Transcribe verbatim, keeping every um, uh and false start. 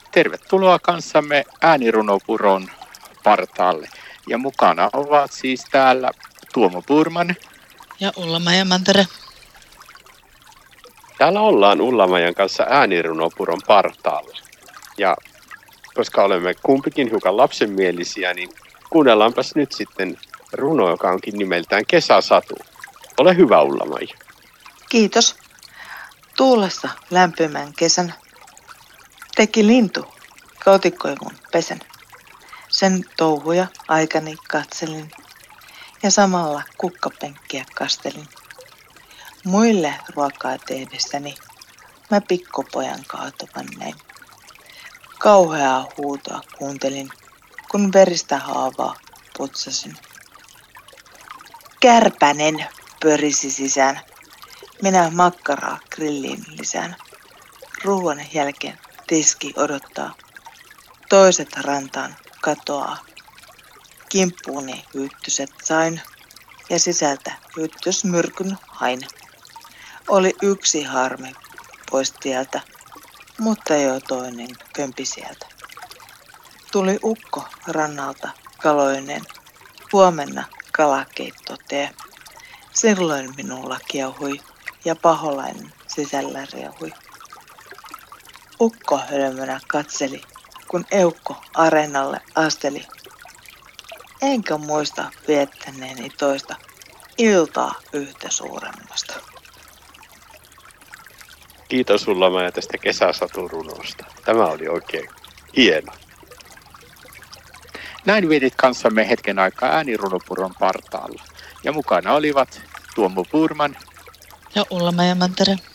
Tervetuloa kanssamme äänirunopuron partaalle. Ja mukana ovat siis täällä Tuomo Purman ja Ulla-Maija Mantere. Täällä ollaan Ulla-Maijan kanssa äänirunopuron partaalla. Ja koska olemme kumpikin hiukan lapsenmielisiä, niin kuunnellaanpas nyt sitten runo, joka onkin nimeltään Kesäsatu. Ole hyvä, Ulla-Maija. Kiitos. Tuulessa lämpimän kesän teki lintu koutikoivun pesän. Sen touhuja aikani katselin ja samalla kukkapenkkiä kastelin. Muille ruokaa tehdessäni mä pikkupojan kaatuvan näin. Kauheaa huutoa kuuntelin, kun veristä haavaa putsasin. Kärpänen pörisi sisään. Minä makkaraa grilliin lisään. Ruoan jälkeen tiski odottaa. Toiset rantaan katoaa. Kimppuuni hyttyset sain ja sisältä hyttysmyrkyn hain. Oli yksi harmi pois tieltä, mutta jo toinen kömpi sieltä. Tuli ukko rannalta kaloinen. Huomenna kalakeitto tee. Silloin minulla kiehui ja paholainen sisällä riehui. Ukko hölmönä katseli, kun eukko areenalle asteli. Enkä muista viettäneeni toista iltaa yhtä suuremmasta. Kiitos Ulla-Maija tästä Kesäsatu-runosta. Tämä oli oikein hieno. Näin vietit kanssamme hetken aikaa äänirunopuron partaalla. Ja mukana olivat Tuomo Purman ja Ulla-Maija Mantere.